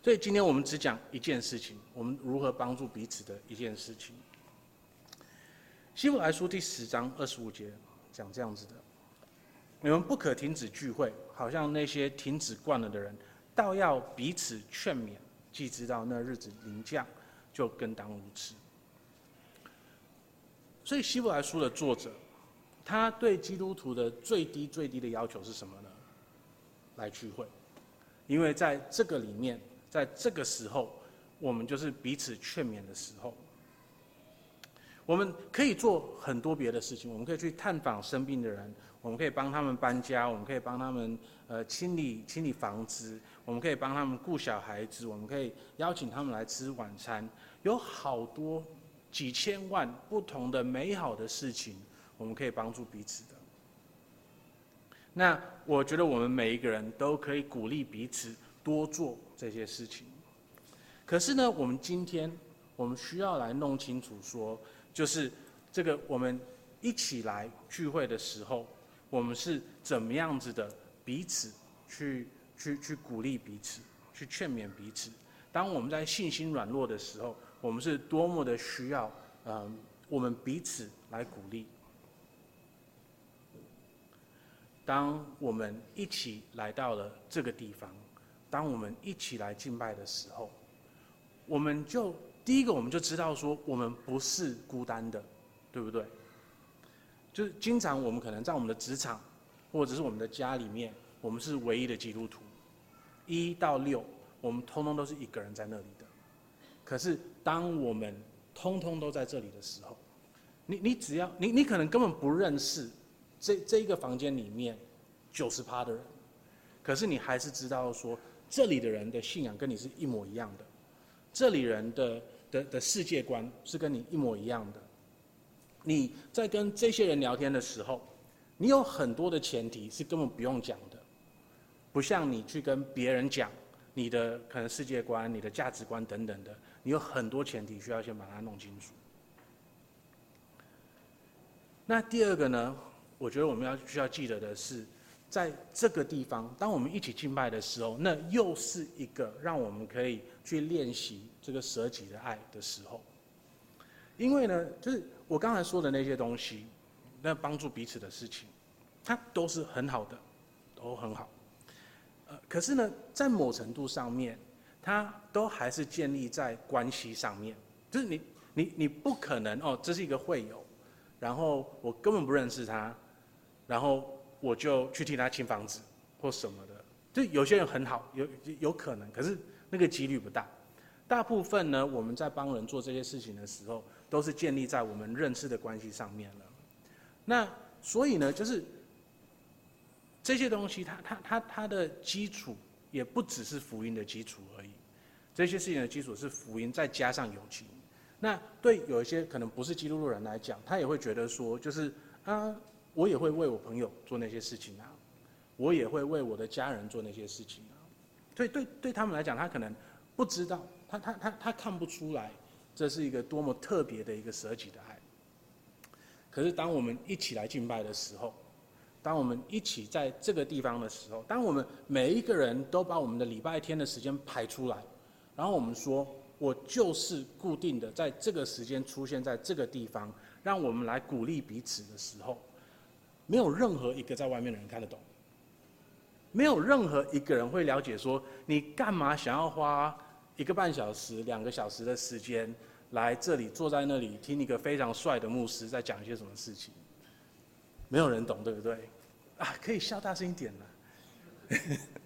所以今天我们只讲一件事情，我们如何帮助彼此的一件事情。希伯来书第十章二十五节讲这样子的：你们不可停止聚会，好像那些停止惯了的人，倒要彼此劝勉，既知道那日子临将，就更当如此。所以希伯来书的作者，他对基督徒的最低最低的要求是什么呢？来聚会，因为在这个里面，在这个时候，我们就是彼此劝勉的时候。我们可以做很多别的事情，我们可以去探访生病的人，我们可以帮他们搬家，我们可以帮他们呃清理清理房子，我们可以帮他们顾小孩子，我们可以邀请他们来吃晚餐，有好多几千万不同的美好的事情，我们可以帮助彼此的。那我觉得我们每一个人都可以鼓励彼此多做这些事情。可是呢，我们今天我们需要来弄清楚说，就是这个我们一起来聚会的时候，我们是怎么样子的彼此去去去鼓励彼此，去劝勉彼此。当我们在信心软弱的时候，我们是多么的需要，嗯，我们彼此来鼓励。当我们一起来到了这个地方，当我们一起来敬拜的时候，我们就第一个我们就知道说，我们不是孤单的，对不对？就是经常我们可能在我们的职场，或者是我们的家里面，我们是唯一的基督徒，一到六，我们通通都是一个人在那里的。可是当我们通通都在这里的时候，你你只要你你可能根本不认识这这一个房间里面九十趴的人，可是你还是知道说，这里的人的信仰跟你是一模一样的，这里人的的的世界观是跟你一模一样的。你在跟这些人聊天的时候，你有很多的前提是根本不用讲的，不像你去跟别人讲你的可能世界观、你的价值观等等的，你有很多前提需要先把它弄清楚。那第二个呢，我觉得我们要需要记得的是，在这个地方，当我们一起敬拜的时候，那又是一个让我们可以去练习这个舍己的爱的时候。因为呢，就是我刚才说的那些东西，那帮助彼此的事情，它都是很好的，都很好。呃，可是呢，在某程度上面，它都还是建立在关系上面。就是你你你不可能哦，这是一个会友，然后我根本不认识他，然后我就去替他清房子或什么的。就有些人很好，有有可能，可是那个几率不大。大部分呢，我们在帮人做这些事情的时候，都是建立在我们认识的关系上面了。那所以呢，就是这些东西它，它它它的基础也不只是福音的基础而已。这些事情的基础是福音，再加上友情。那对有一些可能不是基督徒人来讲，他也会觉得说，就是啊，我也会为我朋友做那些事情啊，我也会为我的家人做那些事情啊。所以对对他们来讲，他可能不知道。他他他他看不出来，这是一个多么特别的一个舍己的爱。可是当我们一起来敬拜的时候，当我们一起在这个地方的时候，当我们每一个人都把我们的礼拜天的时间排出来，然后我们说，我就是固定的在这个时间出现在这个地方，让我们来鼓励彼此的时候，没有任何一个在外面的人看得懂，没有任何一个人会了解说，你干嘛想要花一个半小时、两个小时的时间来这里坐在那里听一个非常帅的牧师在讲一些什么事情？没有人懂，对不对？啊，可以笑大声一点了。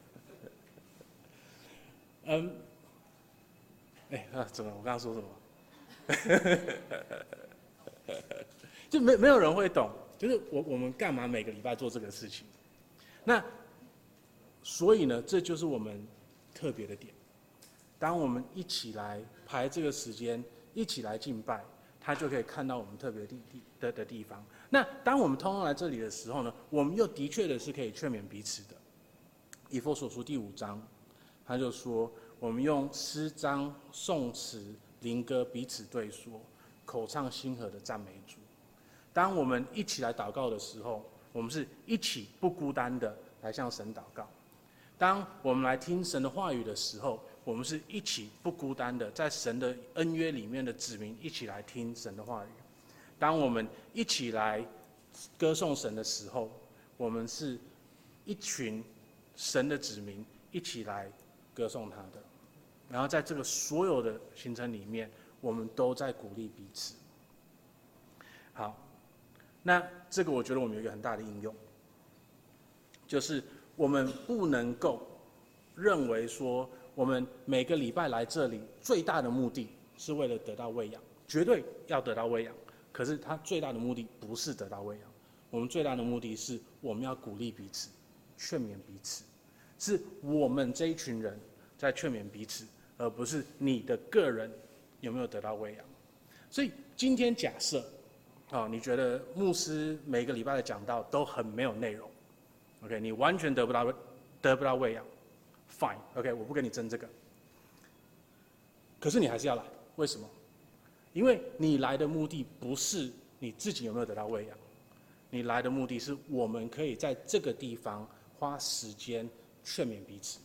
嗯，哎啊，怎么？我刚刚说什么？就没没有人会懂，就是我我们干嘛每个礼拜做这个事情？那所以呢，这就是我们特别的点。当我们一起来排这个时间，一起来敬拜，他就可以看到我们特别的地的的地方。那当我们通通来这里的时候呢，我们又的确的是可以劝勉彼此的。以弗所书第五章，他就说，我们用诗章、颂词、灵歌彼此对说，口唱心和的赞美主。当我们一起来祷告的时候，我们是一起不孤单的来向神祷告。当我们来听神的话语的时候， 我们是一起不孤单的，在神的恩约里面的子民一起来听神的话语。当我们一起来歌颂神的时候，我们是一群神的子民一起来歌颂他的。然后在这个所有的行程里面，我们都在鼓励彼此。好，那这个我觉得我们有一个很大的应用，就是我们不能够认为说我们每个礼拜来这里最大的目的是为了得到喂养，绝对要得到喂养。可是他最大的目的不是得到喂养，我们最大的目的是我们要鼓励彼此，劝勉彼此，是我们这一群人在劝勉彼此，而不是你的个人有没有得到喂养。所以今天假设，哦，你觉得牧师每个礼拜的讲道都很没有内容 ，OK， 你完全得不到得不到喂养 ，Fine，OK， 我不跟你争这个。可是你还是要来，为什么？因为你来的目的不是你自己有没有得到喂养，你来的目的是我们可以在这个地方花时间劝勉彼此。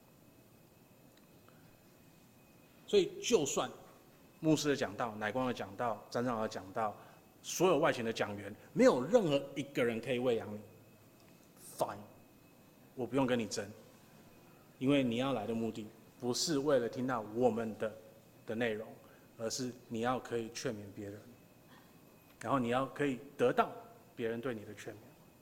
所以，就算牧师的讲道、乃光的讲道、张长老的讲道，所有外勤的讲员，没有任何一个人可以喂养你 ，Fine， 我不用跟你争，因为你要来的目的不是为了听到我们的的内容。而是你要可以劝勉别人，然后你要可以得到别人对你的劝勉。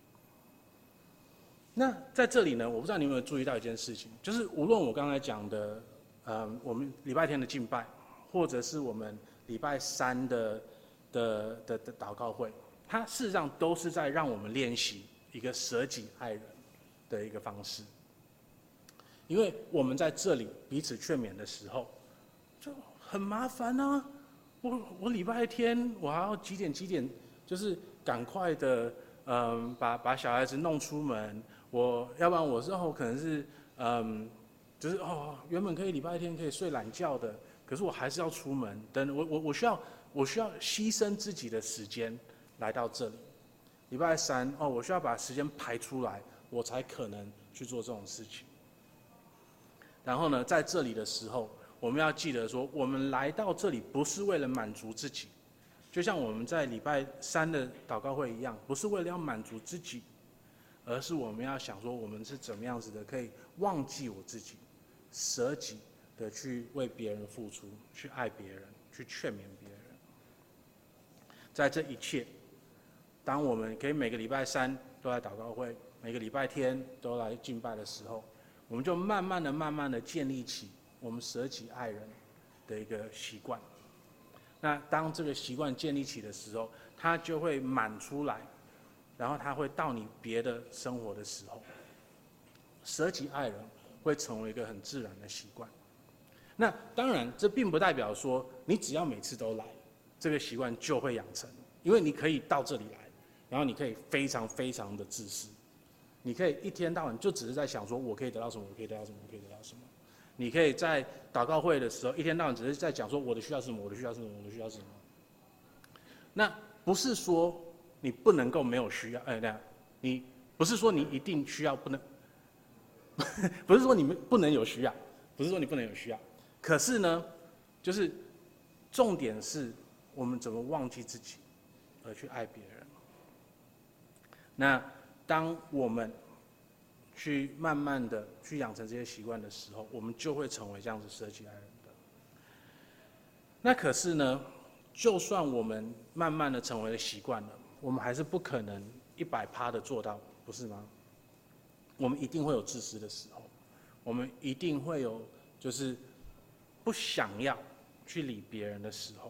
那在这里呢，我不知道你有没有注意到一件事情，就是无论我刚才讲的，呃，我们礼拜天的敬拜，或者是我们礼拜三的的的的祷告会，它事实上都是在让我们练习一个舍己爱人的一个方式。因为我们在这里彼此劝勉的时候，就很麻烦啊！我我礼拜天我还要几点几点，就是赶快的，嗯，把把小孩子弄出门。我要不然我之后可能是，嗯，就是哦，原本可以礼拜天可以睡懒觉的，可是我还是要出门。等我我我需要我需要牺牲自己的时间来到这里。礼拜三哦，我需要把时间排出来，我才可能去做这种事情。然后呢，在这里的时候，我们要记得说，我们来到这里不是为了满足自己，就像我们在礼拜三的祷告会一样，不是为了要满足自己，而是我们要想说，我们是怎么样子的，可以忘记我自己，舍己的去为别人付出，去爱别人，去劝勉别人。在这一切，当我们可以每个礼拜三都来祷告会，每个礼拜天都来敬拜的时候，我们就慢慢的、慢慢的建立起我们舍己爱人的一个习惯。那当这个习惯建立起的时候，它就会满出来，然后它会到你别的生活的时候，舍己爱人会成为一个很自然的习惯。那当然，这并不代表说你只要每次都来，这个习惯就会养成，因为你可以到这里来，然后你可以非常非常的自私，你可以一天到晚就只是在想说，我可以得到什么，我可以得到什么，我可以得到什么。你可以在祷告会的时候，一天到晚只是在讲说我的需要是什么，我的需要是什么，我的需要是什么。那不是说你不能够没有需要，哎，那样，你不是说你一定需要不能，不是说你们不能有需要，不是说你不能有需要。可是呢，就是重点是我们怎么忘记自己，而去爱别人。那当我们去慢慢的去养成这些习惯的时候，我们就会成为这样子舍己爱人的。那可是呢，就算我们慢慢的成为了习惯了，我们还是不可能一百趴的做到，不是吗？我们一定会有自私的时候，我们一定会有就是不想要去理别人的时候。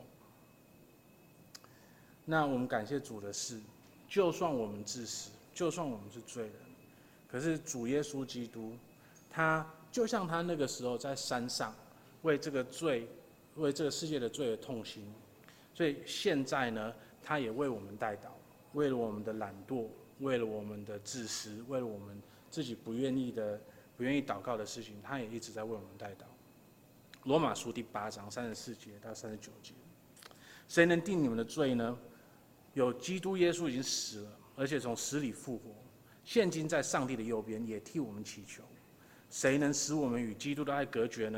那我们感谢主的是，就算我们自私，就算我们是罪人，可是主耶稣基督，他就像他那个时候在山上为这个罪，为这个世界的罪而痛心，所以现在呢，他也为我们代祷，为了我们的懒惰，为了我们的自私，为了我们自己不愿意的、不愿意祷告的事情，他也一直在为我们代祷。罗马书第八章三十四节到三十九节，谁能定你们的罪呢？有基督耶稣已经死了，而且从死里复活，现今在上帝的右边，也替我们祈求。谁能使我们与基督的爱隔绝呢？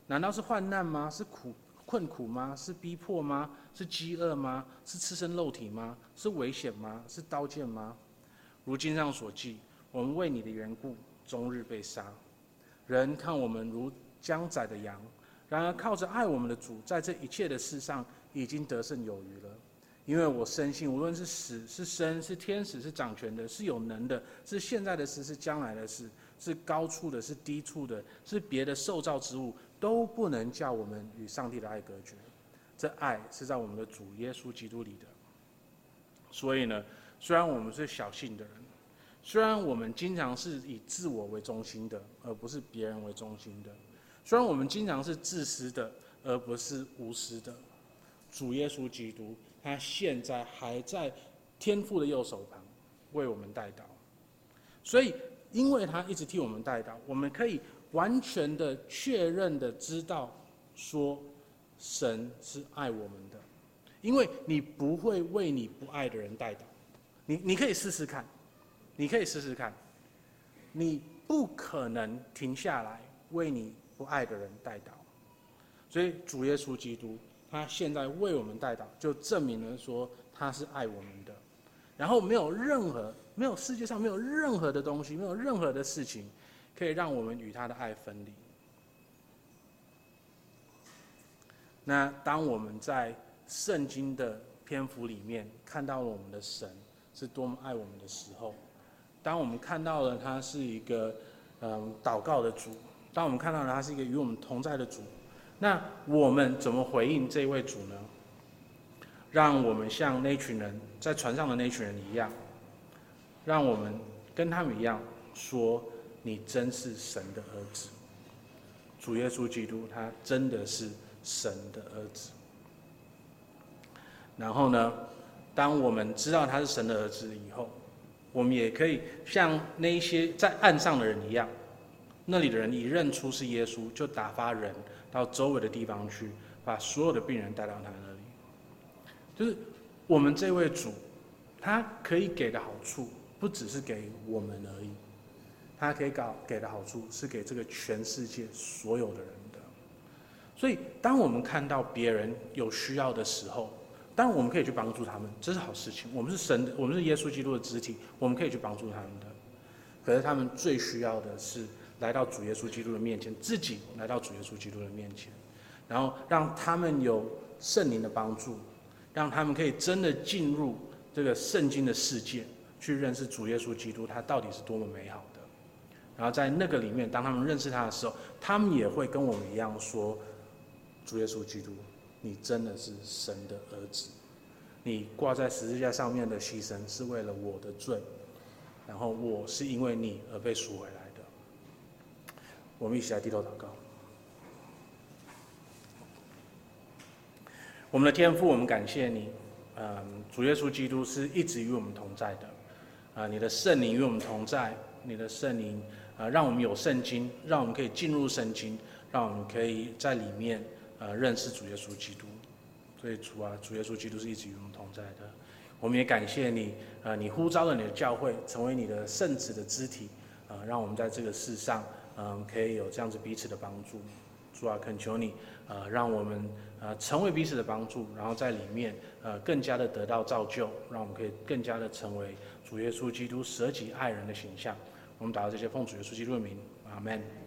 难道是患难吗？是苦困苦吗？是逼迫吗？是饥饿吗？是赤身露体吗？是危险吗？是刀剑吗？如经上所记，我们为你的缘故，终日被杀。人看我们如将宰的羊，然而靠着爱我们的主，在这一切的事上已经得胜有余了。因为我深信，无论是死是生，是天使是掌权的，是有能的，是现在的事是将来的事，是高处的是低处的，是别的受造之物，都不能叫我们与上帝的爱隔绝。这爱是在我们的主耶稣基督里的。所以呢，虽然我们是小信的人，虽然我们经常是以自我为中心的，而不是别人为中心的，虽然我们经常是自私的，而不是无私的，主耶稣基督他现在还在天父的右手旁为我们代祷。所以因为他一直替我们代祷，我们可以完全的确认的知道说神是爱我们的。因为你不会为你不爱的人代祷，你你可以试试看，你可以试试看，你不可能停下来为你不爱的人代祷。所以主耶稣基督他现在为我们代祷，就证明了说他是爱我们的。然后没有任何没有世界上没有任何的东西，没有任何的事情可以让我们与他的爱分离。那当我们在圣经的篇幅里面看到了我们的神是多么爱我们的时候，当我们看到了他是一个嗯祷告的主，当我们看到了他是一个与我们同在的主，那我们怎么回应这位主呢？让我们像那群人在船上的那群人一样，让我们跟他们一样说：你真是神的儿子。主耶稣基督他真的是神的儿子。然后呢，当我们知道他是神的儿子以后，我们也可以像那一些在岸上的人一样，那里的人一认出是耶稣，就打发人到周围的地方去，把所有的病人带到他那里。就是我们这位主，他可以给的好处不只是给我们而已，他可以给的好处是给这个全世界所有的人的。所以当我们看到别人有需要的时候，当然我们可以去帮助他们，这是好事情。我们是神的，我们是耶稣基督的肢体，我们可以去帮助他们的。可是他们最需要的是来到主耶稣基督的面前，自己来到主耶稣基督的面前，然后让他们有圣灵的帮助，让他们可以真的进入这个圣经的世界，去认识主耶稣基督他到底是多么美好的。然后在那个里面，当他们认识他的时候，他们也会跟我们一样说：主耶稣基督，你真的是神的儿子，你挂在十字架上面的牺牲是为了我的罪，然后我是因为你而被赎回来的。我们一起来低头祷告。我们的天父，我们感谢你，嗯，主耶稣基督是一直与我们同在的，啊、呃，你的圣灵与我们同在，你的圣灵啊、呃，让我们有圣经，让我们可以进入圣经，让我们可以在里面呃认识主耶稣基督。所以主啊，主耶稣基督是一直与我们同在的。我们也感谢你，呃，你呼召了你的教会成为你的圣子的肢体，啊、呃，让我们在这个世上，嗯、呃，可以有这样子彼此的帮助。主啊，恳求你，呃，让我们呃成为彼此的帮助，然后在里面呃更加的得到造就，让我们可以更加的成为主耶稣基督舍己爱人的形象。我们祷告这些奉主耶稣基督的名，阿们。